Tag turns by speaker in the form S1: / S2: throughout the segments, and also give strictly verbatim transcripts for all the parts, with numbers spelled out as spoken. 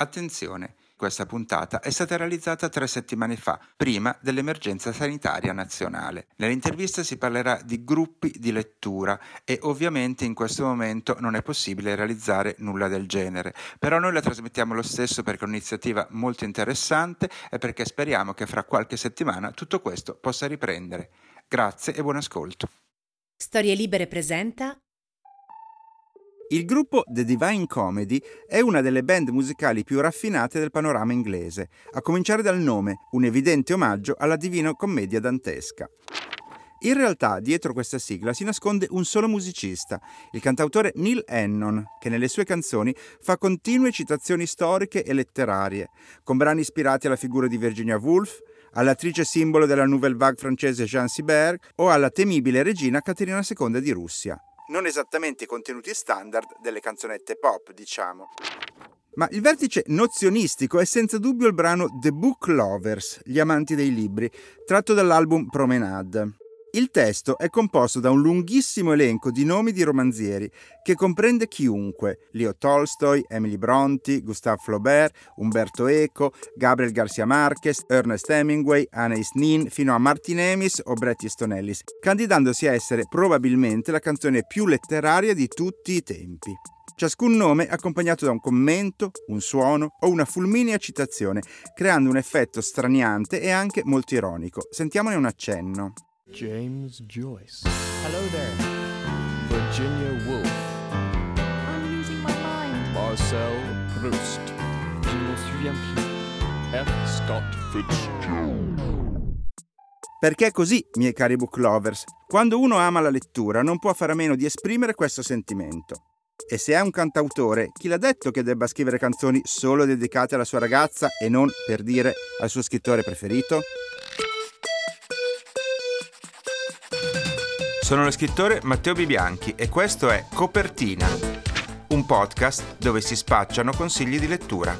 S1: Attenzione, questa puntata è stata realizzata tre settimane fa, prima dell'emergenza sanitaria nazionale. Nell'intervista si parlerà di gruppi di lettura e ovviamente in questo momento non è possibile realizzare nulla del genere, però noi la trasmettiamo lo stesso perché è un'iniziativa molto interessante e perché speriamo che fra qualche settimana tutto questo possa riprendere. Grazie e buon ascolto.
S2: Storie Libere presenta.
S3: Il gruppo The Divine Comedy è una delle band musicali più raffinate del panorama inglese, a cominciare dal nome, un evidente omaggio alla Divina Commedia dantesca. In realtà, dietro questa sigla si nasconde un solo musicista, il cantautore Neil Hannon, che nelle sue canzoni fa continue citazioni storiche e letterarie, con brani ispirati alla figura di Virginia Woolf, all'attrice simbolo della Nouvelle Vague francese Jeanne Sibert o alla temibile regina Caterina seconda di Russia. Non esattamente i contenuti standard delle canzonette pop, diciamo. Ma il vertice nozionistico è senza dubbio il brano The Book Lovers, gli amanti dei libri, tratto dall'album Promenade. Il testo è composto da un lunghissimo elenco di nomi di romanzieri che comprende chiunque: Leo Tolstoi, Emily Brontë, Gustave Flaubert, Umberto Eco, Gabriel García Márquez, Ernest Hemingway, Anais Nin, fino a Martin Amis o Bret Easton Ellis, candidandosi a essere probabilmente la canzone più letteraria di tutti i tempi. Ciascun nome accompagnato da un commento, un suono o una fulminea citazione, creando un effetto straniante e anche molto ironico. Sentiamone un accenno.
S4: James Joyce. Hello there. Virginia Woolf.
S5: I'm losing my mind.
S4: Marcel Proust.
S5: Je ne me souviens plus.
S4: F. Scott Fitzgerald.
S3: Perché è così, miei cari book lovers, quando uno ama la lettura non può fare a meno di esprimere questo sentimento. E se è un cantautore, chi l'ha detto che debba scrivere canzoni solo dedicate alla sua ragazza e non, per dire, al suo scrittore preferito?
S1: Sono lo scrittore Matteo Bibianchi e questo è Copertina, un podcast dove si spacciano consigli di lettura.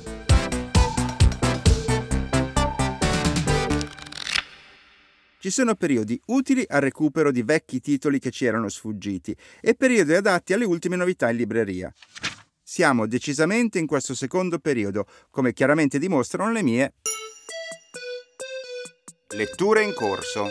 S3: Ci sono periodi utili al recupero di vecchi titoli che ci erano sfuggiti e periodi adatti alle ultime novità in libreria. Siamo decisamente in questo secondo periodo, come chiaramente dimostrano le mie
S1: letture in corso.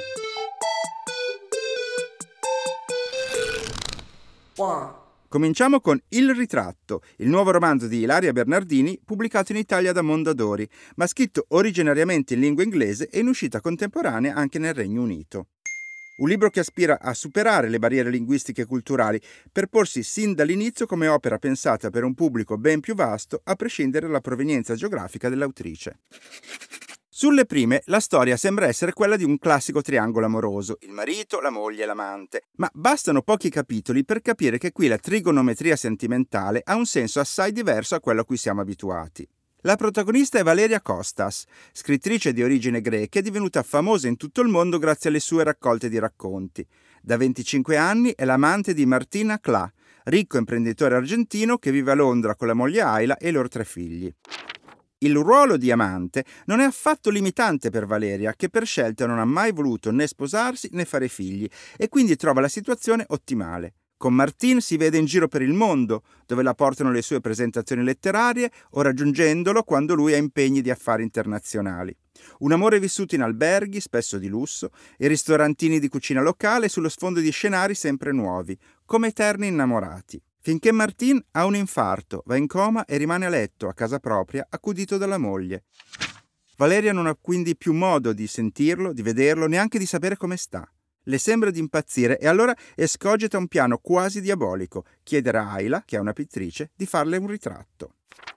S3: Cominciamo con Il ritratto, il nuovo romanzo di Ilaria Bernardini pubblicato in Italia da Mondadori, ma scritto originariamente in lingua inglese e in uscita contemporanea anche nel Regno Unito. Un libro che aspira a superare le barriere linguistiche e culturali per porsi sin dall'inizio come opera pensata per un pubblico ben più vasto, a prescindere dalla provenienza geografica dell'autrice. Sulle prime, la storia sembra essere quella di un classico triangolo amoroso, il marito, la moglie e l'amante, ma bastano pochi capitoli per capire che qui la trigonometria sentimentale ha un senso assai diverso a quello a cui siamo abituati. La protagonista è Valeria Kostas, scrittrice di origine greche divenuta famosa in tutto il mondo grazie alle sue raccolte di racconti. Da venticinque anni è l'amante di Martin Akla, ricco imprenditore argentino che vive a Londra con la moglie Ayla e i loro tre figli. Il ruolo di amante non è affatto limitante per Valeria, che per scelta non ha mai voluto né sposarsi né fare figli e quindi trova la situazione ottimale. Con Martin si vede in giro per il mondo, dove la portano le sue presentazioni letterarie o raggiungendolo quando lui ha impegni di affari internazionali. Un amore vissuto in alberghi, spesso di lusso, e ristorantini di cucina locale sullo sfondo di scenari sempre nuovi, come eterni innamorati. Finché Martin ha un infarto, va in coma e rimane a letto, a casa propria, accudito dalla moglie. Valeria non ha quindi più modo di sentirlo, di vederlo, neanche di sapere come sta. Le sembra di impazzire e allora escogita un piano quasi diabolico, chiedere a Ayla, che è una pittrice, di farle un ritratto.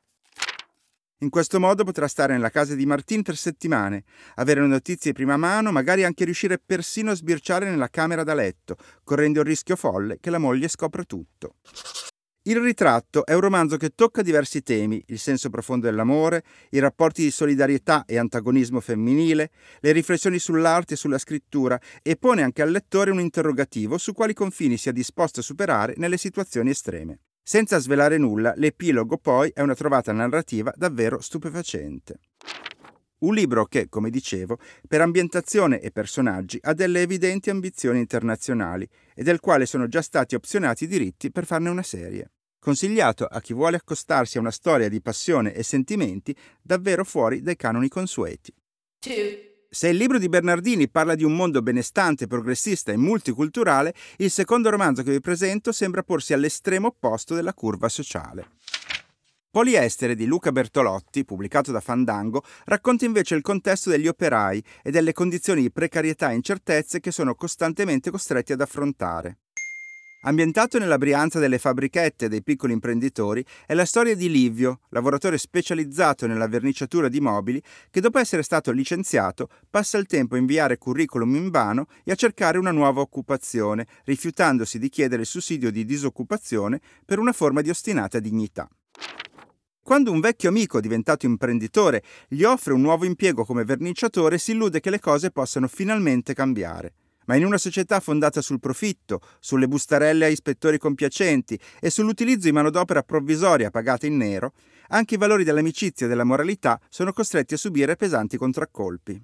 S3: In questo modo potrà stare nella casa di Martin per settimane, avere notizie di prima mano, magari anche riuscire persino a sbirciare nella camera da letto, correndo il rischio folle che la moglie scopra tutto. Il ritratto è un romanzo che tocca diversi temi: il senso profondo dell'amore, i rapporti di solidarietà e antagonismo femminile, le riflessioni sull'arte e sulla scrittura, e pone anche al lettore un interrogativo su quali confini sia disposto a superare nelle situazioni estreme. Senza svelare nulla, l'epilogo poi è una trovata narrativa davvero stupefacente. Un libro che, come dicevo, per ambientazione e personaggi ha delle evidenti ambizioni internazionali e del quale sono già stati opzionati i diritti per farne una serie. consigliato a chi vuole accostarsi a una storia di passione e sentimenti davvero fuori dai canoni consueti. Se il libro di Bernardini parla di un mondo benestante, progressista e multiculturale, il secondo romanzo che vi presento sembra porsi all'estremo opposto della curva sociale. Poliestere di Luca Bertolotti, pubblicato da Fandango, racconta invece il contesto degli operai e delle condizioni di precarietà e incertezze che sono costantemente costretti ad affrontare. Ambientato nella Brianza delle fabbrichette e dei piccoli imprenditori, è la storia di Livio, lavoratore specializzato nella verniciatura di mobili, che dopo essere stato licenziato passa il tempo a inviare curriculum invano e a cercare una nuova occupazione, rifiutandosi di chiedere il sussidio di disoccupazione per una forma di ostinata dignità. Quando un vecchio amico diventato imprenditore gli offre un nuovo impiego come verniciatore, si illude che le cose possano finalmente cambiare. Ma in una società fondata sul profitto, sulle bustarelle a ispettori compiacenti e sull'utilizzo di manodopera provvisoria pagata in nero, anche i valori dell'amicizia e della moralità sono costretti a subire pesanti contraccolpi.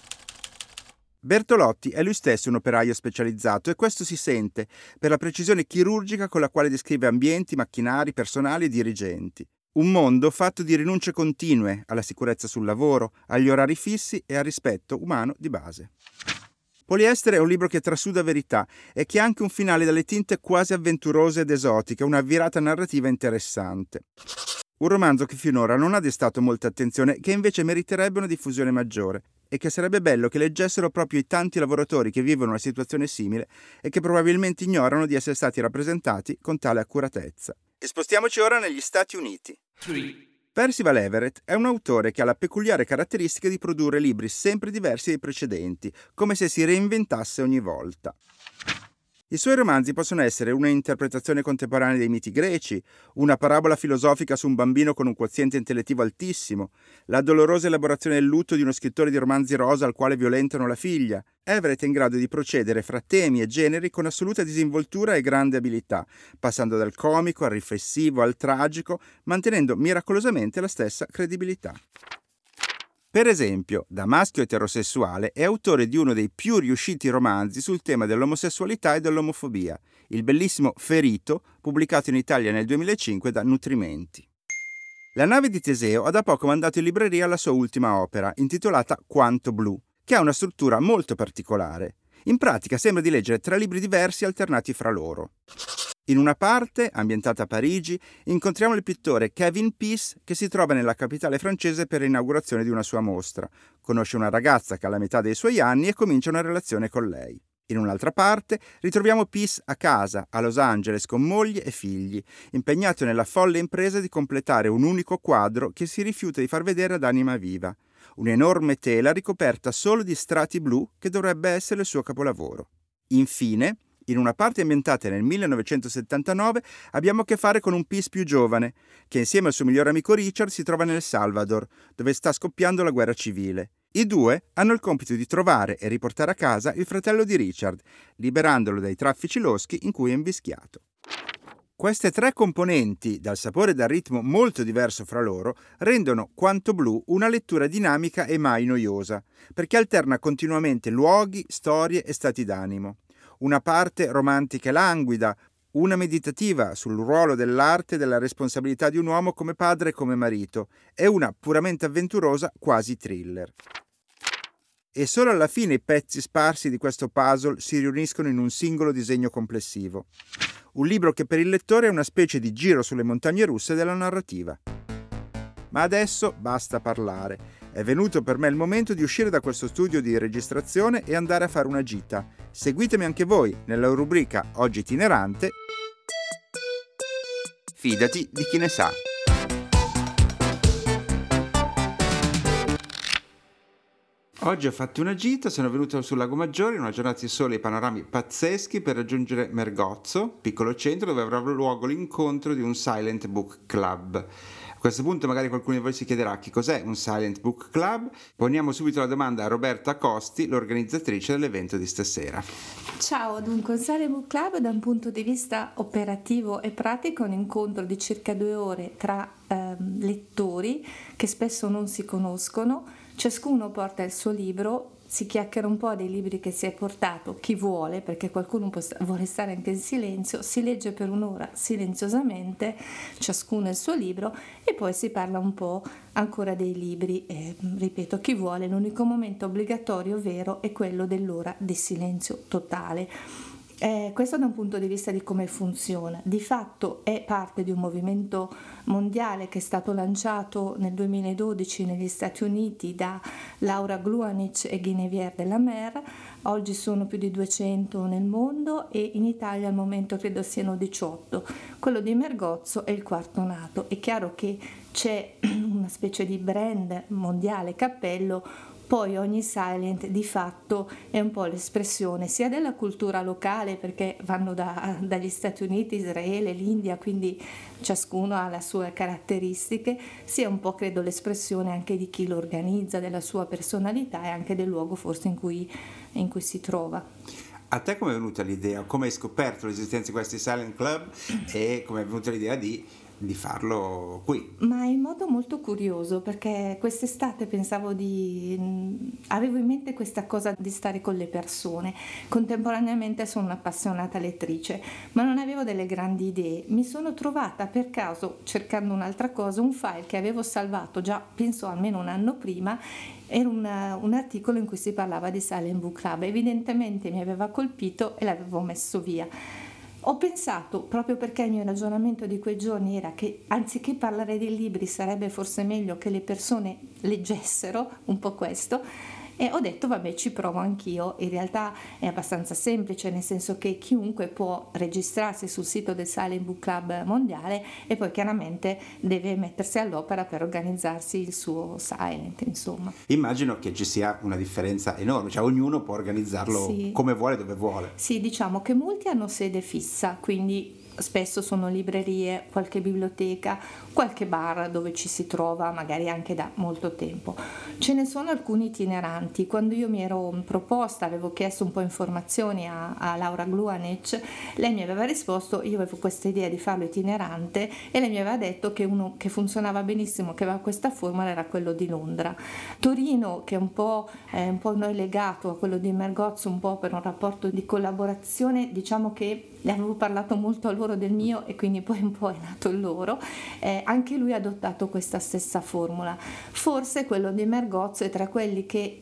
S3: Bertolotti è lui stesso un operaio specializzato e questo si sente per la precisione chirurgica con la quale descrive ambienti, macchinari, personali e dirigenti. Un mondo fatto di rinunce continue alla sicurezza sul lavoro, agli orari fissi e al rispetto umano di base. Poliestere è un libro che trasuda verità e che ha anche un finale dalle tinte quasi avventurose ed esotiche, una virata narrativa interessante. Un romanzo che finora non ha destato molta attenzione, che invece meriterebbe una diffusione maggiore e che sarebbe bello che leggessero proprio i tanti lavoratori che vivono una situazione simile e che probabilmente ignorano di essere stati rappresentati con tale accuratezza. E spostiamoci ora negli Stati Uniti. Percival Everett è un autore che ha la peculiare caratteristica di produrre libri sempre diversi dai precedenti, come se si reinventasse ogni volta. I suoi romanzi possono essere una interpretazione contemporanea dei miti greci, una parabola filosofica su un bambino con un quoziente intellettivo altissimo, la dolorosa elaborazione del lutto di uno scrittore di romanzi rosa al quale violentano la figlia. Everett è in grado di procedere fra temi e generi con assoluta disinvoltura e grande abilità, passando dal comico al riflessivo al tragico, mantenendo miracolosamente la stessa credibilità. Per esempio, da maschio eterosessuale è autore di uno dei più riusciti romanzi sul tema dell'omosessualità e dell'omofobia, il bellissimo Ferito, pubblicato in Italia nel duemilacinque da Nutrimenti. La nave di Teseo ha da poco mandato in libreria la sua ultima opera, intitolata Quanto Blu, che ha una struttura molto particolare. In pratica sembra di leggere tre libri diversi alternati fra loro. In una parte, ambientata a Parigi, incontriamo il pittore Kevin Peace che si trova nella capitale francese per l'inaugurazione di una sua mostra. Conosce una ragazza che ha la metà dei suoi anni e comincia una relazione con lei. In un'altra parte ritroviamo Peace a casa, a Los Angeles, con moglie e figli, impegnato nella folle impresa di completare un unico quadro che si rifiuta di far vedere ad anima viva. Un'enorme tela ricoperta solo di strati blu che dovrebbe essere il suo capolavoro. Infine, in una parte ambientata nel millenovecentosettantanove abbiamo a che fare con un Peace più giovane, che insieme al suo migliore amico Richard si trova nel Salvador, dove sta scoppiando la guerra civile. I due hanno il compito di trovare e riportare a casa il fratello di Richard, liberandolo dai traffici loschi in cui è invischiato. Queste tre componenti, dal sapore e dal ritmo molto diverso fra loro, rendono Quanto Blu una lettura dinamica e mai noiosa, perché alterna continuamente luoghi, storie e stati d'animo. Una parte romantica e languida, una meditativa sul ruolo dell'arte e della responsabilità di un uomo come padre e come marito, e una puramente avventurosa quasi thriller. E solo alla fine i pezzi sparsi di questo puzzle si riuniscono in un singolo disegno complessivo. Un libro che per il lettore è una specie di giro sulle montagne russe della narrativa. Ma adesso basta parlare. È venuto per me il momento di uscire da questo studio di registrazione e andare a fare una gita. Seguitemi anche voi nella rubrica Oggi itinerante.
S1: Fidati di chi ne sa. Oggi ho fatto una gita, sono venuto sul Lago Maggiore in una giornata di sole e panorami pazzeschi per raggiungere Mergozzo, piccolo centro dove avrà luogo l'incontro di un Silent Book Club. A questo punto magari qualcuno di voi si chiederà che cos'è un Silent Book Club. Poniamo subito la domanda a Roberta Costi, l'organizzatrice dell'evento di stasera.
S6: Ciao, dunque un Silent Book Club da un punto di vista operativo e pratico è un incontro di circa due ore tra ehm, lettori che spesso non si conoscono. Ciascuno porta il suo libro, si chiacchiera un po' dei libri che si è portato, chi vuole, perché qualcuno può, vuole stare anche in silenzio, si legge per un'ora silenziosamente, ciascuno il suo libro, e poi si parla un po' ancora dei libri. Eh, ripeto, chi vuole, l'unico momento obbligatorio vero è quello dell'ora di silenzio totale. Eh, questo da un punto di vista di come funziona. Di fatto è parte di un movimento mondiale che è stato lanciato nel duemiladodici negli Stati Uniti da Laura Gluanic e Guinevere de la Mer. Oggi sono più di duecento nel mondo e in Italia al momento credo siano diciotto. Quello di Mergozzo è il quarto nato. È chiaro che c'è una specie di brand mondiale cappello. Poi ogni silent di fatto è un po' l'espressione sia della cultura locale, perché vanno da, dagli Stati Uniti, Israele, l'India, quindi ciascuno ha le sue caratteristiche, sia un po' credo l'espressione anche di chi lo organizza, della sua personalità e anche del luogo forse in cui, in cui si trova.
S3: A te come è venuta l'idea? Come hai scoperto l'esistenza di questi silent club e come è venuta l'idea di di farlo qui?
S6: Ma in modo molto curioso, perché quest'estate pensavo di avevo in mente questa cosa di stare con le persone. Contemporaneamente sono un'appassionata lettrice, ma non avevo delle grandi idee. Mi sono trovata per caso, cercando un'altra cosa, un file che avevo salvato già penso almeno un anno prima. Era una, un articolo in cui si parlava di Silent Book Club. Evidentemente mi aveva colpito e l'avevo messo via. Ho pensato, proprio perché il mio ragionamento di quei giorni era che anziché parlare dei libri sarebbe forse meglio che le persone leggessero un po' questo, e ho detto vabbè, ci provo anch'io. In realtà è abbastanza semplice, nel senso che chiunque può registrarsi sul sito del Silent Book Club mondiale e poi chiaramente deve mettersi all'opera per organizzarsi il suo silent, insomma.
S3: Immagino che ci sia una differenza enorme, cioè ognuno può organizzarlo sì. come vuole, dove vuole.
S6: Sì, diciamo che molti hanno sede fissa, quindi spesso sono librerie, qualche biblioteca, qualche bar dove ci si trova magari anche da molto tempo. Ce ne sono alcuni itineranti. Quando io mi ero proposta, avevo chiesto un po' informazioni a, a Laura Gluanic, lei mi aveva risposto, io avevo questa idea di farlo itinerante e lei mi aveva detto che uno che funzionava benissimo, che aveva questa formula, era quello di Londra. Torino, che è un po', è un po' noi legato a quello di Mergozzo, un po' per un rapporto di collaborazione, diciamo che le avevo parlato molto a loro del mio e quindi poi un po' è nato il loro, eh, anche lui ha adottato questa stessa formula. Forse quello di Mergozzo è tra quelli che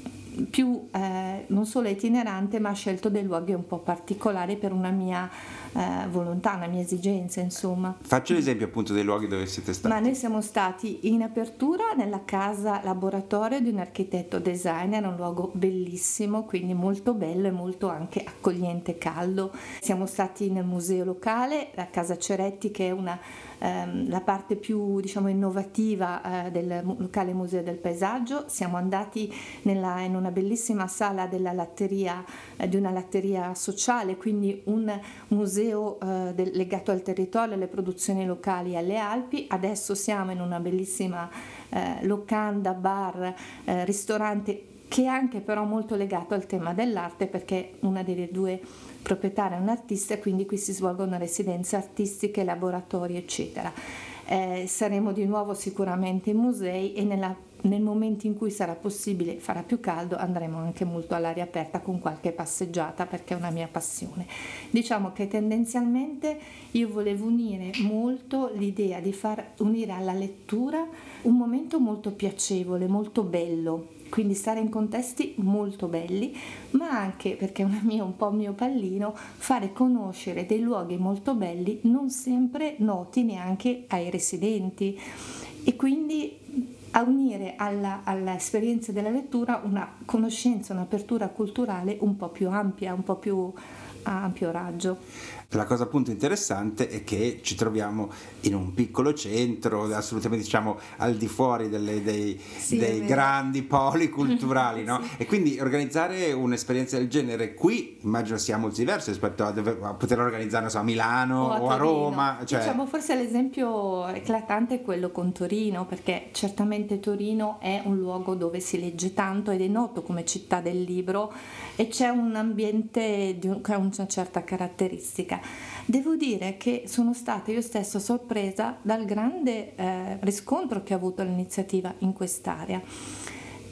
S6: più eh, non solo è itinerante, ma ha scelto dei luoghi un po' particolari per una mia eh, volontà, una mia esigenza, insomma.
S3: Faccio l'esempio appunto dei luoghi dove siete stati.
S6: Ma noi siamo stati in apertura nella casa laboratorio di un architetto designer, un luogo bellissimo, quindi molto bello e molto anche accogliente, caldo. Siamo stati nel museo locale, la Casa Ceretti, che è una ehm, la parte più, diciamo, innovativa eh, del locale Museo del Paesaggio. Siamo andati nella, in una bellissima sala della latteria, eh, di una latteria sociale, quindi un museo eh, del, legato al territorio, alle produzioni locali e alle Alpi. Adesso siamo in una bellissima eh, locanda, bar, eh, ristorante, che è anche però molto legato al tema dell'arte, perché una delle due proprietarie è un artista e quindi qui si svolgono residenze artistiche, laboratori, eccetera. Eh, saremo di nuovo sicuramente in musei e nella, nel momento in cui sarà possibile, farà più caldo, andremo anche molto all'aria aperta con qualche passeggiata, perché è una mia passione. Diciamo che tendenzialmente io volevo unire molto l'idea di far unire alla lettura un momento molto piacevole, molto bello, quindi stare in contesti molto belli, ma anche, perché è una mia, un po' mio pallino, fare conoscere dei luoghi molto belli non sempre noti neanche ai residenti, e quindi a unire alla, all'esperienza della lettura una conoscenza, un'apertura culturale un po' più ampia, un po' più a ampio raggio.
S3: La cosa appunto interessante è che ci troviamo in un piccolo centro, assolutamente, diciamo, al di fuori delle, dei, sì, dei grandi poli culturali, no? Sì. E quindi organizzare un'esperienza del genere qui immagino sia molto diverso rispetto a, dove, a poter organizzare, so, a Milano o a, o a Roma. Cioè...
S6: Diciamo, forse l'esempio eclatante è quello con Torino, perché certamente Torino è un luogo dove si legge tanto ed è noto come città del libro e c'è un ambiente di un, che ha una certa caratteristica. Devo dire che sono stata io stessa sorpresa dal grande eh, riscontro che ha avuto l'iniziativa in quest'area.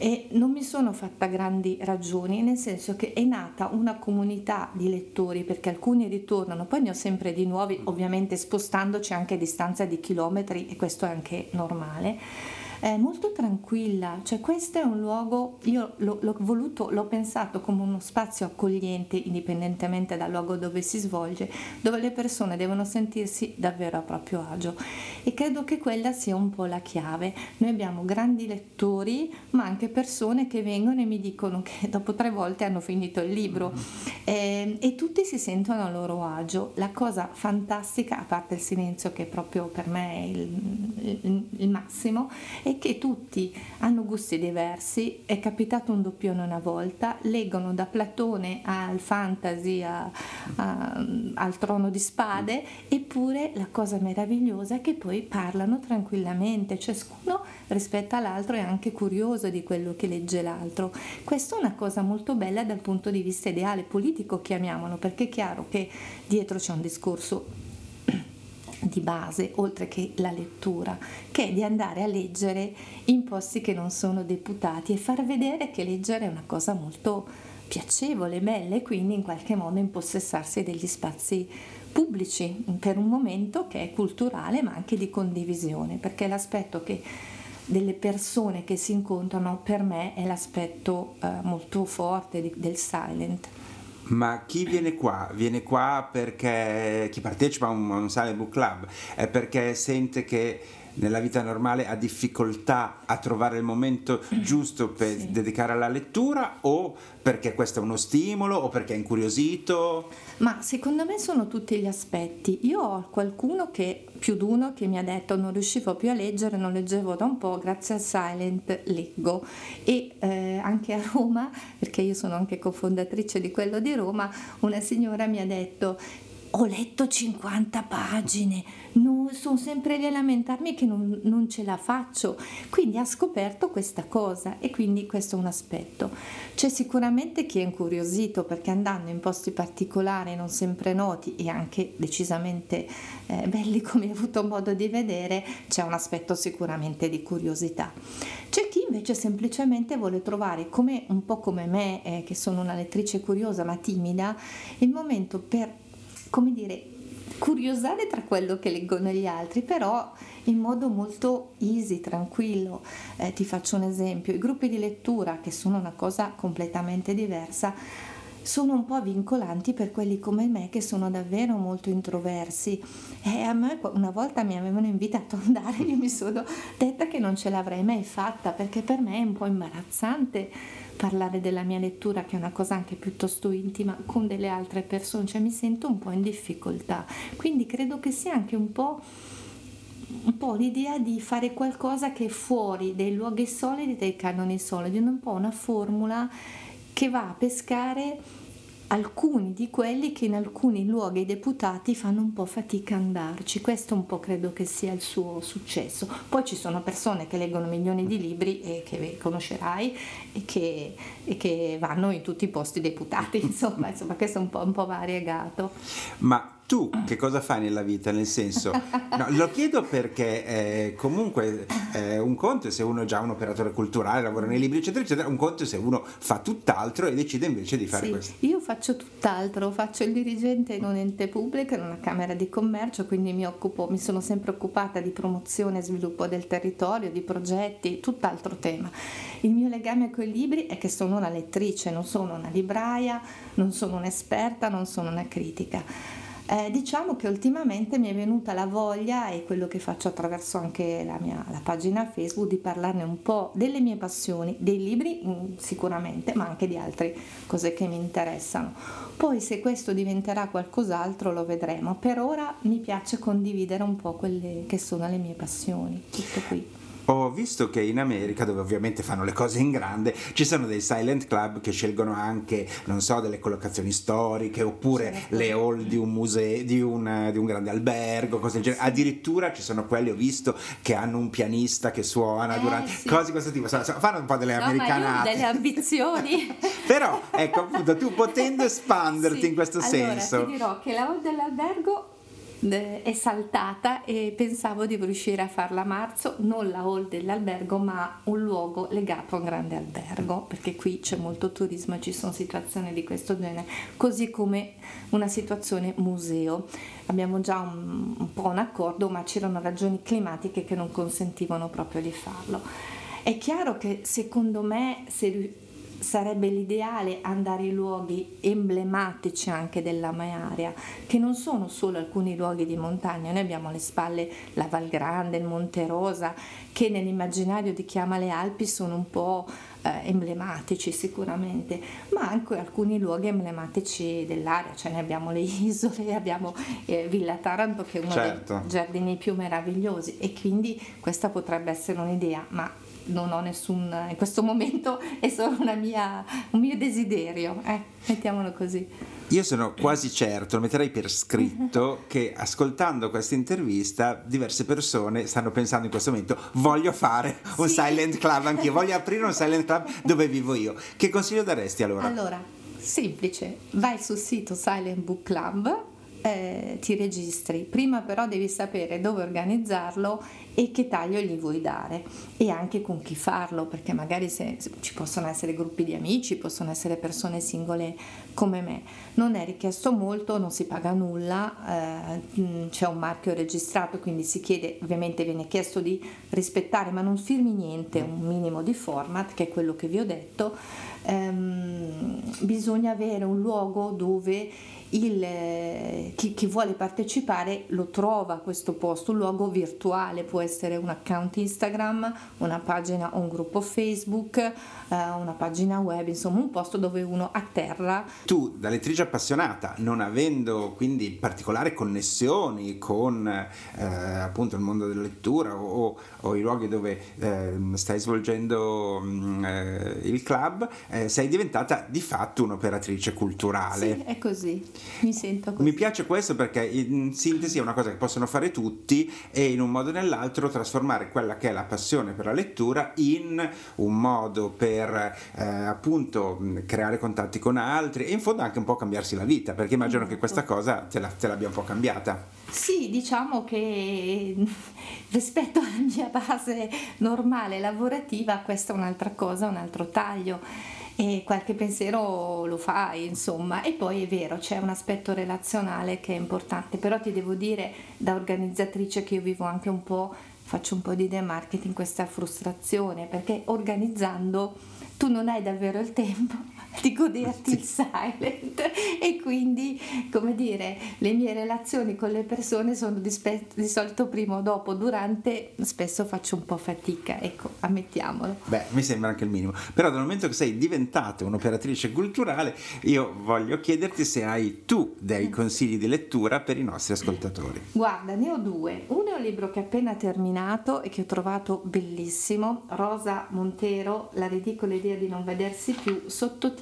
S6: e non mi sono fatta grandi ragioni, nel senso che è nata una comunità di lettori, perché alcuni ritornano, poi ne ho sempre di nuovi, ovviamente spostandoci anche a distanza di chilometri, e questo è anche normale. È molto tranquilla, cioè questo è un luogo, io l'ho, l'ho voluto, l'ho pensato come uno spazio accogliente, indipendentemente dal luogo dove si svolge, dove le persone devono sentirsi davvero a proprio agio, e credo che quella sia un po' la chiave. Noi abbiamo grandi lettori, ma anche persone che vengono e mi dicono che dopo tre volte hanno finito il libro, e, e tutti si sentono a loro agio. La cosa fantastica, a parte il silenzio che proprio per me è il, il, il massimo, è che tutti hanno gusti diversi. È capitato un doppione una volta, leggono da Platone al fantasy a, a, al Trono di Spade, eppure la cosa meravigliosa è che poi parlano tranquillamente, ciascuno rispetto all'altro è anche curioso di quello che legge l'altro. Questa è una cosa molto bella dal punto di vista ideale, politico chiamiamolo, perché è chiaro che dietro c'è un discorso di base, oltre che la lettura, che è di andare a leggere in posti che non sono deputati e far vedere che leggere è una cosa molto piacevole, bella, e quindi in qualche modo impossessarsi degli spazi pubblici per un momento che è culturale ma anche di condivisione, perché l'aspetto che delle persone che si incontrano per me è l'aspetto eh, molto forte di, del silent.
S3: Ma chi viene qua? Viene qua perché chi partecipa a un, a un silent book club è perché sente che nella vita normale ha difficoltà a trovare il momento giusto per sì. dedicare alla lettura, o perché questo è uno stimolo, o perché è incuriosito?
S6: Ma secondo me sono tutti gli aspetti. Io ho qualcuno che, più di uno, che mi ha detto non riuscivo più a leggere, non leggevo da un po', grazie al silent leggo. E eh, anche a Roma, perché io sono anche cofondatrice di quello di Roma, una signora mi ha detto: ho letto cinquanta pagine, no, sono sempre lì a lamentarmi che non, non ce la faccio. Quindi ha scoperto questa cosa, e quindi questo è un aspetto. C'è sicuramente chi è incuriosito, perché andando in posti particolari, non sempre noti e anche decisamente eh, belli, come hai avuto modo di vedere, c'è un aspetto sicuramente di curiosità. C'è chi invece semplicemente vuole trovare, come un po' come me, eh, che sono una lettrice curiosa ma timida, il momento per, come dire, curiosare tra quello che leggono gli altri, però in modo molto easy, tranquillo. Eh, ti faccio un esempio: i gruppi di lettura, che sono una cosa completamente diversa, sono un po' vincolanti per quelli come me che sono davvero molto introversi, e a me una volta mi avevano invitato ad andare, io mi sono detta che non ce l'avrei mai fatta, perché per me è un po' imbarazzante parlare della mia lettura, che è una cosa anche piuttosto intima, con delle altre persone, cioè mi sento un po' in difficoltà. Quindi credo che sia anche un po' un po' l'idea di fare qualcosa che è fuori dei luoghi solidi, dei canoni solidi, un po' una formula che va a pescare alcuni di quelli che in alcuni luoghi deputati fanno un po' fatica a andarci. Questo un po' credo che sia il suo successo. Poi ci sono persone che leggono milioni di libri e che conoscerai e che, e che vanno in tutti i posti deputati, insomma, insomma questo è un po', un po' variegato.
S3: Ma tu che cosa fai nella vita? Nel senso, no, lo chiedo perché eh, comunque eh, un conto è se uno è già un operatore culturale, lavora nei libri eccetera eccetera, un conto è se uno fa tutt'altro e decide invece di fare
S6: sì,
S3: questo.
S6: Io faccio tutt'altro, faccio il dirigente in un ente pubblico, in una camera di commercio, quindi mi occupo, mi sono sempre occupata di promozione e sviluppo del territorio, di progetti, tutt'altro tema. Il mio legame con i libri è che sono una lettrice, non sono una libraia, non sono un'esperta, non sono una critica. Eh, diciamo che ultimamente mi è venuta la voglia, e quello che faccio attraverso anche la mia la pagina Facebook, di parlarne un po' delle mie passioni, dei libri mh, sicuramente, ma anche di altre cose che mi interessano. Poi se questo diventerà qualcos'altro lo vedremo. Per ora mi piace condividere un po' quelle che sono le mie passioni, tutto qui.
S3: Ho visto che in America, dove ovviamente fanno le cose in grande, ci sono dei silent club che scelgono anche, non so, delle collocazioni storiche, oppure certo. le hall di un museo, di un, di un grande albergo, cose del genere. Addirittura ci sono quelli, ho visto, che hanno un pianista che suona eh, durante sì. cose di questo tipo. Fanno un po' delle no, americanate,
S6: ma io ho delle ambizioni.
S3: Però ecco, appunto, tu potendo espanderti sì. in questo
S6: allora,
S3: senso.
S6: Allora ti dirò che la hall dell'albergo eh, è saltata e pensavo di riuscire a farla a marzo, non la hall dell'albergo ma un luogo legato a un grande albergo, perché qui c'è molto turismo e ci sono situazioni di questo genere, così come una situazione museo. Abbiamo già un, un po' un accordo, ma c'erano ragioni climatiche che non consentivano proprio di farlo. È chiaro che secondo me se sarebbe l'ideale andare in luoghi emblematici anche della mia area, che non sono solo alcuni luoghi di montagna. Noi abbiamo alle spalle la Val Grande, il Monte Rosa, che nell'immaginario di chi ama le Alpi sono un po' eh, emblematici sicuramente, ma anche alcuni luoghi emblematici dell'area, cioè ne abbiamo le isole, abbiamo eh, Villa Taranto che è uno
S3: certo.
S6: dei giardini più meravigliosi, e quindi questa potrebbe essere un'idea, ma non ho nessun, in questo momento è solo una mia, un mio desiderio, eh, mettiamolo così.
S1: Io sono quasi certo, lo metterei per scritto, che ascoltando questa intervista diverse persone stanno pensando in questo momento: voglio fare un
S6: Sì.
S1: silent club anch'io, voglio aprire un silent club dove vivo io. Che consiglio daresti allora?
S6: Allora, semplice, vai sul sito Silent Book Club, eh, ti registri, prima però devi sapere dove organizzarlo e che taglio gli vuoi dare e anche con chi farlo, perché magari se, se ci possono essere gruppi di amici, possono essere persone singole come me. Non è richiesto molto, non si paga nulla, eh, c'è un marchio registrato, quindi si chiede, ovviamente viene chiesto di rispettare, ma non firmi niente, un minimo di format che è quello che vi ho detto. Ehm, bisogna avere un luogo dove il, eh, chi, chi vuole partecipare lo trova questo posto, un luogo virtuale, può essere un account Instagram, una pagina o un gruppo Facebook, eh, una pagina web, insomma un posto dove uno atterra.
S1: Tu, da lettrice appassionata, non avendo quindi particolari connessioni con eh, appunto il mondo della lettura o, o i luoghi dove eh, stai svolgendo mh, eh, il club, eh, sei diventata di fatto un'operatrice culturale.
S6: Sì, è così, mi sento così.
S1: Mi piace questo perché in sintesi è una cosa che possono fare tutti e in un modo o nell'altro trasformare quella che è la passione per la lettura in un modo per eh, appunto creare contatti con altri e in fondo anche un po' cambiarsi la vita, perché immagino che questa cosa te, la, te l'abbia un po' cambiata.
S6: Sì, diciamo che rispetto alla mia base normale lavorativa questa è un'altra cosa, un altro taglio, e qualche pensiero lo fai, insomma. E poi è vero, c'è un aspetto relazionale che è importante, però ti devo dire, da organizzatrice, che io vivo anche un po', faccio un po' di idea marketing, questa frustrazione, perché organizzando tu non hai davvero il tempo di goderti il silent e quindi, come dire, le mie relazioni con le persone sono di, spe- di solito prima o dopo, durante spesso faccio un po' fatica, ecco, ammettiamolo.
S1: Beh, mi sembra anche il minimo, però dal momento che sei diventata un'operatrice culturale io voglio chiederti se hai tu dei consigli di lettura per i nostri ascoltatori.
S6: Guarda, ne ho due. Uno è un libro che ho appena terminato e che ho trovato bellissimo, Rosa Montero, La ridicola idea di non vedersi più, sottotitolo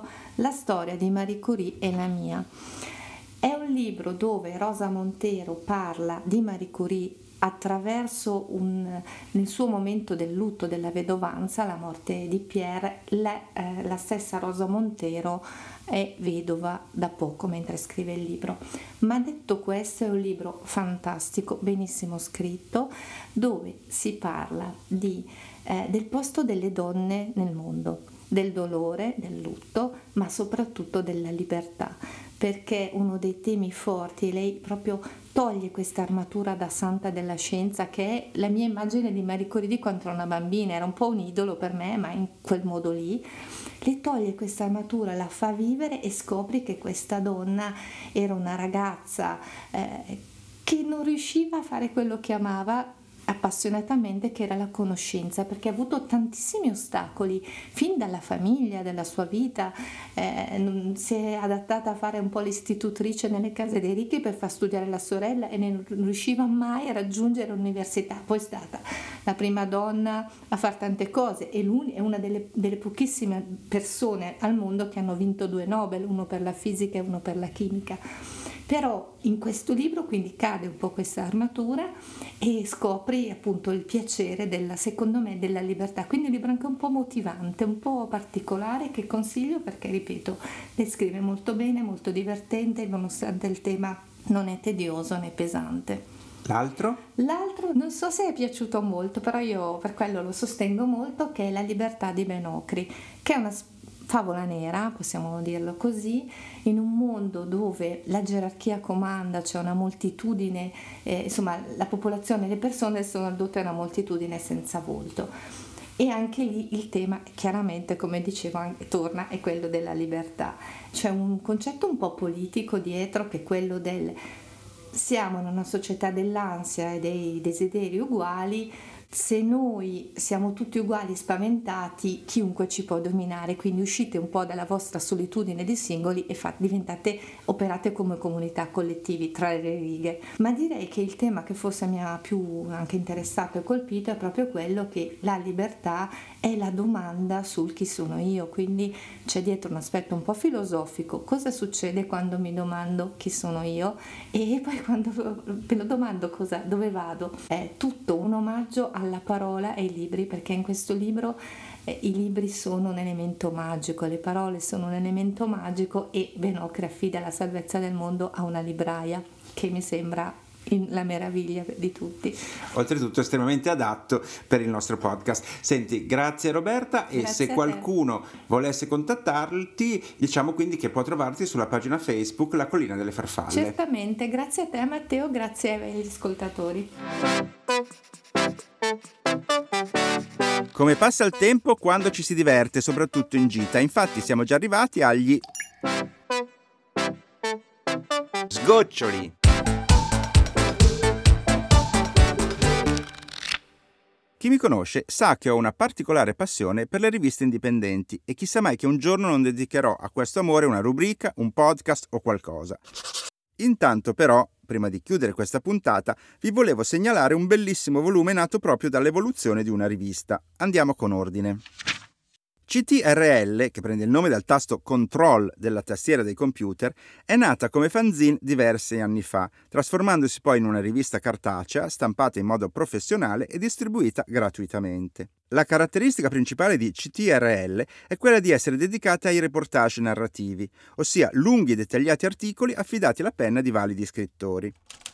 S6: La storia di Marie Curie e la mia. È un libro dove Rosa Montero parla di Marie Curie attraverso un, nel suo momento del lutto, della vedovanza, la morte di Pierre. La, eh, la stessa Rosa Montero è vedova da poco mentre scrive il libro, ma detto questo è un libro fantastico, benissimo scritto, dove si parla di, eh, del posto delle donne nel mondo, del dolore, del lutto, ma soprattutto della libertà, perché uno dei temi forti, lei proprio toglie questa armatura da santa della scienza, che è la mia immagine di Marie Curie di quando ero una bambina, era un po' un idolo per me, ma in quel modo lì. Le toglie questa armatura, la fa vivere e scopri che questa donna era una ragazza eh, che non riusciva a fare quello che amava appassionatamente, che era la conoscenza, perché ha avuto tantissimi ostacoli fin dalla famiglia, della sua vita, eh, non si è adattata a fare un po' l'istitutrice nelle case dei ricchi per far studiare la sorella e non riusciva mai a raggiungere l'università. Poi è stata la prima donna a fare tante cose e lui è una delle, delle pochissime persone al mondo che hanno vinto due Nobel, uno per la fisica e uno per la chimica. Però in questo libro quindi cade un po' questa armatura e scopri appunto il piacere della, secondo me, della libertà. Quindi un libro anche un po' motivante, un po' particolare, che consiglio perché, ripeto, le scrive molto bene, molto divertente, nonostante il tema non è tedioso né pesante.
S1: L'altro?
S6: L'altro non so se è piaciuto molto, però io per quello lo sostengo molto, che è La libertà di Ben Okri, che è una favola nera, possiamo dirlo così, in un mondo dove la gerarchia comanda, c'è una moltitudine, eh, insomma la popolazione, le persone sono ridotte a una moltitudine senza volto. E anche lì il tema, chiaramente, come dicevo, anche, torna, è quello della libertà. C'è un concetto un po' politico dietro, che è quello del siamo in una società dell'ansia e dei desideri uguali. Se noi siamo tutti uguali, spaventati, chiunque ci può dominare, quindi uscite un po' dalla vostra solitudine di singoli e fate, diventate, operate come comunità collettivi tra le righe. Ma direi che il tema che forse mi ha più anche interessato e colpito è proprio quello che la libertà è la domanda sul chi sono io, quindi c'è dietro un aspetto un po' filosofico: cosa succede quando mi domando chi sono io, e poi quando me lo domando cosa, dove vado. È tutto un omaggio alla parola e ai libri, perché in questo libro eh, i libri sono un elemento magico, le parole sono un elemento magico, e Ben Okri affida la salvezza del mondo a una libraia, che mi sembra la meraviglia di tutti.
S1: Oltretutto estremamente adatto per il nostro podcast. Senti, grazie Roberta, e
S6: grazie
S1: se qualcuno volesse contattarti, diciamo quindi che può trovarti sulla pagina Facebook La Collina delle Farfalle.
S6: Certamente, grazie a te Matteo, grazie agli ascoltatori.
S3: Come passa il tempo quando ci si diverte, soprattutto in gita. Infatti siamo già arrivati agli sgoccioli. Chi mi conosce sa che ho una particolare passione per le riviste indipendenti, e chissà mai che un giorno non dedicherò a questo amore una rubrica, un podcast o qualcosa. Intanto però, prima di chiudere questa puntata, vi volevo segnalare un bellissimo volume nato proprio dall'evoluzione di una rivista. Andiamo con ordine. C T R L, che prende il nome dal tasto Control della tastiera dei computer, è nata come fanzine diversi anni fa, trasformandosi poi in una rivista cartacea, stampata in modo professionale e distribuita gratuitamente. La caratteristica principale di C T R L è quella di essere dedicata ai reportage narrativi, ossia lunghi e dettagliati articoli affidati alla penna di validi scrittori.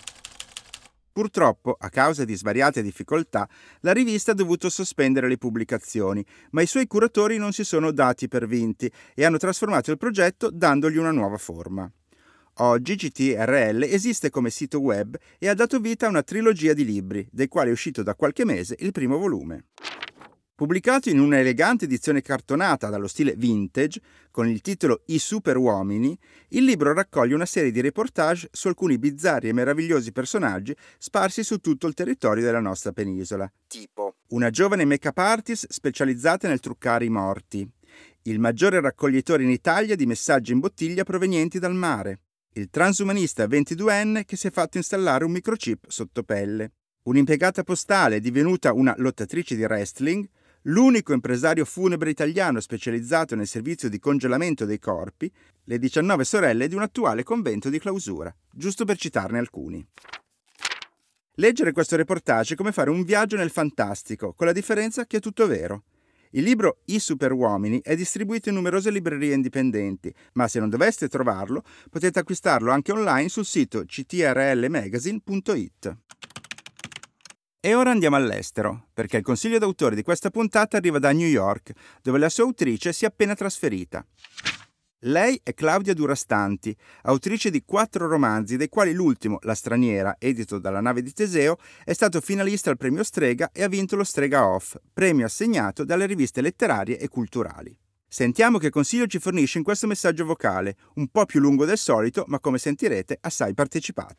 S3: Purtroppo, a causa di svariate difficoltà, la rivista ha dovuto sospendere le pubblicazioni, ma i suoi curatori non si sono dati per vinti e hanno trasformato il progetto dandogli una nuova forma. Oggi C T R L esiste come sito web e ha dato vita a una trilogia di libri, dei quali è uscito da qualche mese il primo volume. Pubblicato in una elegante edizione cartonata dallo stile vintage, con il titolo I Superuomini, il libro raccoglie una serie di reportage su alcuni bizzarri e meravigliosi personaggi sparsi su tutto il territorio della nostra penisola. Tipo una giovane make-up artist specializzata nel truccare i morti, il maggiore raccoglitore in Italia di messaggi in bottiglia provenienti dal mare, il transumanista ventiduenne che si è fatto installare un microchip sotto pelle, un'impiegata postale divenuta una lottatrice di wrestling, l'unico impresario funebre italiano specializzato nel servizio di congelamento dei corpi, le diciannove sorelle di un attuale convento di clausura, giusto per citarne alcuni. Leggere questo reportage è come fare un viaggio nel fantastico, con la differenza che è tutto vero. Il libro I Superuomini è distribuito in numerose librerie indipendenti, ma se non doveste trovarlo, potete acquistarlo anche online sul sito c t r l magazine punto i t. E ora andiamo all'estero, perché il consiglio d'autore di questa puntata arriva da New York, dove la sua autrice si è appena trasferita. Lei è Claudia Durastanti, autrice di quattro romanzi, dei quali l'ultimo, La straniera, edito dalla Nave di Teseo, è stato finalista al premio Strega e ha vinto lo Strega Off, premio assegnato dalle riviste letterarie e culturali. Sentiamo che consiglio ci fornisce in questo messaggio vocale, un po' più lungo del solito, ma come sentirete assai partecipato.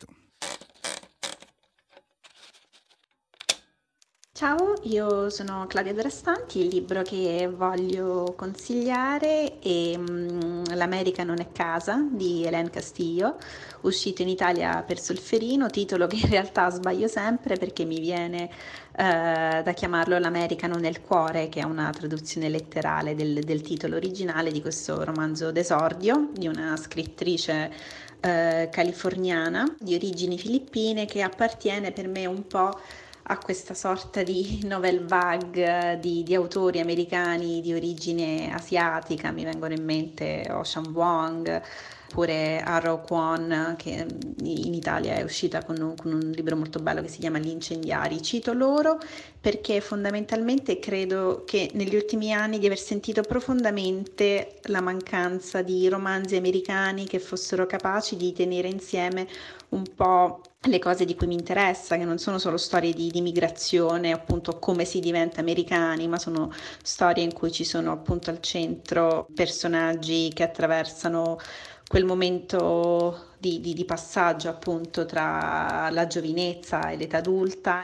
S7: Ciao, io sono Claudia Durastanti. Il libro che voglio consigliare è mm, L'America non è casa di Hélène Castillo, uscito in Italia per Solferino, titolo che in realtà sbaglio sempre perché mi viene eh, da chiamarlo L'America non è il cuore, che è una traduzione letterale del, del titolo originale di questo romanzo d'esordio di una scrittrice eh, californiana di origini filippine che appartiene per me un po' a questa sorta di novel vague di, di autori americani di origine asiatica. Mi vengono in mente Ocean Vuong, oppure Arrow Kwon, che in Italia è uscita con un, con un libro molto bello che si chiama Gli incendiari. Cito loro perché fondamentalmente credo che negli ultimi anni di aver sentito profondamente la mancanza di romanzi americani che fossero capaci di tenere insieme un po' le cose di cui mi interessa, che non sono solo storie di, di migrazione, appunto come si diventa americani, ma sono storie in cui ci sono appunto al centro personaggi che attraversano quel momento di, di, di passaggio appunto tra la giovinezza e l'età adulta.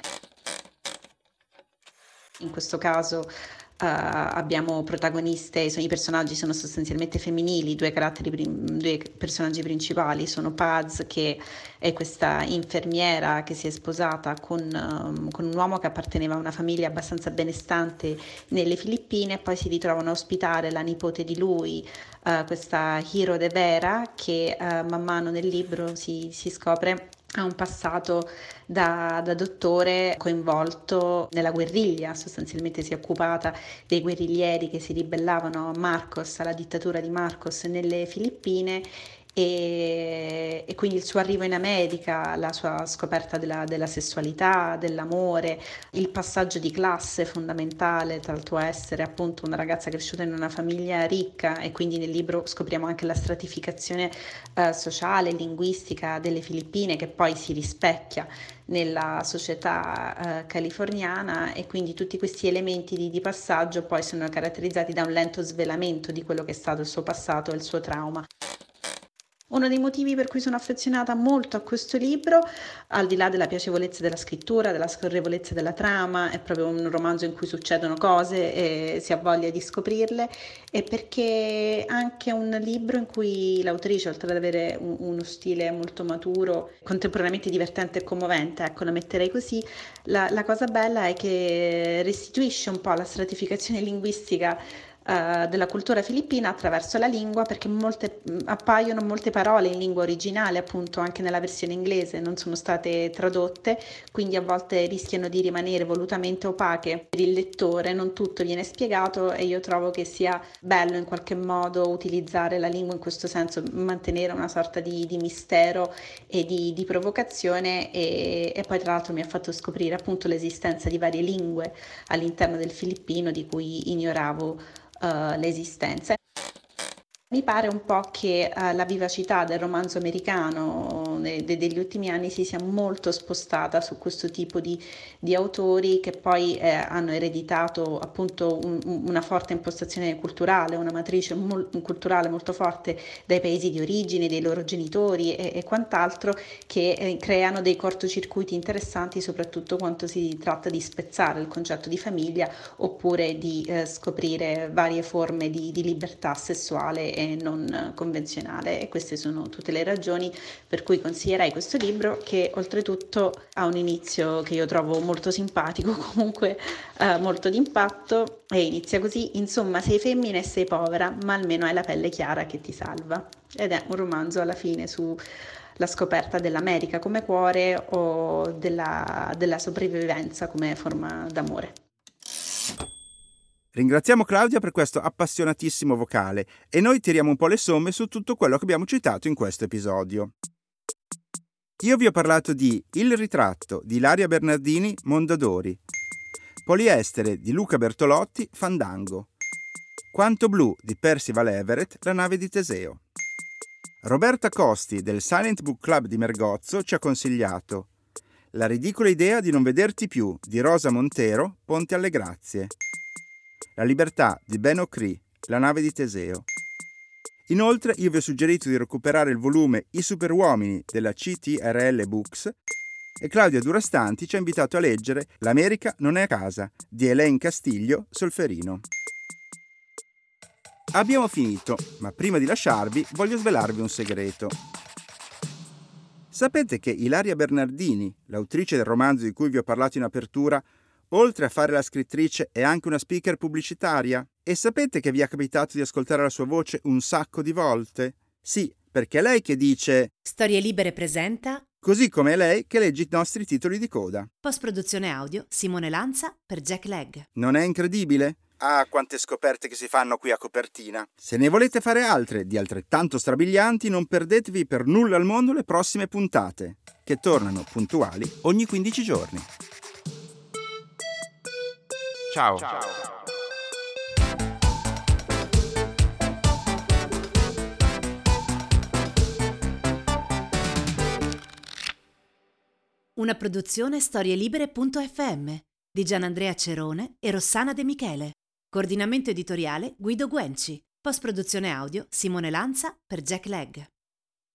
S7: In questo caso Uh, abbiamo protagoniste, sono, i personaggi sono sostanzialmente femminili, due, caratteri, due personaggi principali sono Paz, che è questa infermiera che si è sposata con, um, con un uomo che apparteneva a una famiglia abbastanza benestante nelle Filippine, e poi si ritrovano a ospitare la nipote di lui, uh, questa Hiro De Vera, che uh, man mano nel libro si, si scopre ha un passato da, da dottore coinvolto nella guerriglia, sostanzialmente si è occupata dei guerriglieri che si ribellavano a Marcos, alla dittatura di Marcos nelle Filippine, e, e quindi il suo arrivo in America, la sua scoperta della, della sessualità, dell'amore, il passaggio di classe fondamentale tra il tuo essere appunto una ragazza cresciuta in una famiglia ricca, e quindi nel libro scopriamo anche la stratificazione eh, sociale, linguistica delle Filippine, che poi si rispecchia nella società eh, californiana, e quindi tutti questi elementi di, di passaggio poi sono caratterizzati da un lento svelamento di quello che è stato il suo passato e il suo trauma. Uno dei motivi per cui sono affezionata molto a questo libro, al di là della piacevolezza della scrittura, della scorrevolezza della trama, è proprio un romanzo in cui succedono cose e si ha voglia di scoprirle, è perché anche un libro in cui l'autrice, oltre ad avere un, uno stile molto maturo, contemporaneamente divertente e commovente, ecco, la metterei così, la, la cosa bella è che restituisce un po' la stratificazione linguistica Uh, della cultura filippina attraverso la lingua, perché molte, appaiono molte parole in lingua originale, appunto anche nella versione inglese non sono state tradotte, quindi a volte rischiano di rimanere volutamente opache per il lettore, non tutto viene spiegato, e io trovo che sia bello in qualche modo utilizzare la lingua in questo senso, mantenere una sorta di, di mistero e di, di provocazione, e, e poi tra l'altro mi ha fatto scoprire appunto l'esistenza di varie lingue all'interno del filippino di cui ignoravo Uh, l'esistenza. Mi pare un po' che uh, la vivacità del romanzo americano de- de- degli ultimi anni si sia molto spostata su questo tipo di, di autori, che poi eh, hanno ereditato appunto un, una forte impostazione culturale, una matrice mol- culturale molto forte dai paesi di origine, dei loro genitori e, e quant'altro, che eh, creano dei cortocircuiti interessanti, soprattutto quando si tratta di spezzare il concetto di famiglia, oppure di eh, scoprire varie forme di, di libertà sessuale non convenzionale. E queste sono tutte le ragioni per cui consiglierei questo libro, che oltretutto ha un inizio che io trovo molto simpatico, comunque eh, molto d'impatto, e inizia così: insomma, sei femmina e sei povera, ma almeno hai la pelle chiara che ti salva. Ed è un romanzo alla fine su la scoperta dell'America come cuore, o della, della sopravvivenza come forma d'amore.
S3: Ringraziamo Claudia per questo appassionatissimo vocale, e noi tiriamo un po' le somme su tutto quello che abbiamo citato in questo episodio. Io vi ho parlato di Il ritratto di Ilaria Bernardini, Mondadori, Poliestere di Luca Bertolotti, Fandango, Quanto blu di Percival Everett, La nave di Teseo. Roberta Costi del Silent Book Club di Mergozzo ci ha consigliato La ridicola idea di non vederti più di Rosa Montero, Ponte alle Grazie. La libertà di Ben O'Cree, La nave di Teseo. Inoltre io vi ho suggerito di recuperare il volume I superuomini della C T R L Books, e Claudia Durastanti ci ha invitato a leggere L'America non è a casa di Elaine Castiglio, Solferino. Abbiamo finito, ma prima di lasciarvi voglio svelarvi un segreto. Sapete che Ilaria Bernardini, l'autrice del romanzo di cui vi ho parlato in apertura, oltre a fare la scrittrice è anche una speaker pubblicitaria? E sapete che vi è capitato di ascoltare la sua voce un sacco di volte? Sì, perché è lei che dice:
S2: Storie Libere presenta
S3: così come è lei che legge i nostri titoli di coda.
S2: Post-produzione audio Simone Lanza per Jack Legg.
S3: Non è incredibile? Ah, quante scoperte che si fanno qui a Copertina. Se ne volete fare altre, di altrettanto strabilianti, non perdetevi per nulla al mondo le prossime puntate, che tornano puntuali ogni quindici giorni.
S1: Ciao.
S3: Ciao.
S2: Una produzione storielibere punto effe emme di Gianandrea Cerone e Rossana De Michele. Coordinamento editoriale Guido Guenci. Post-produzione audio Simone Lanza per Jack Legg.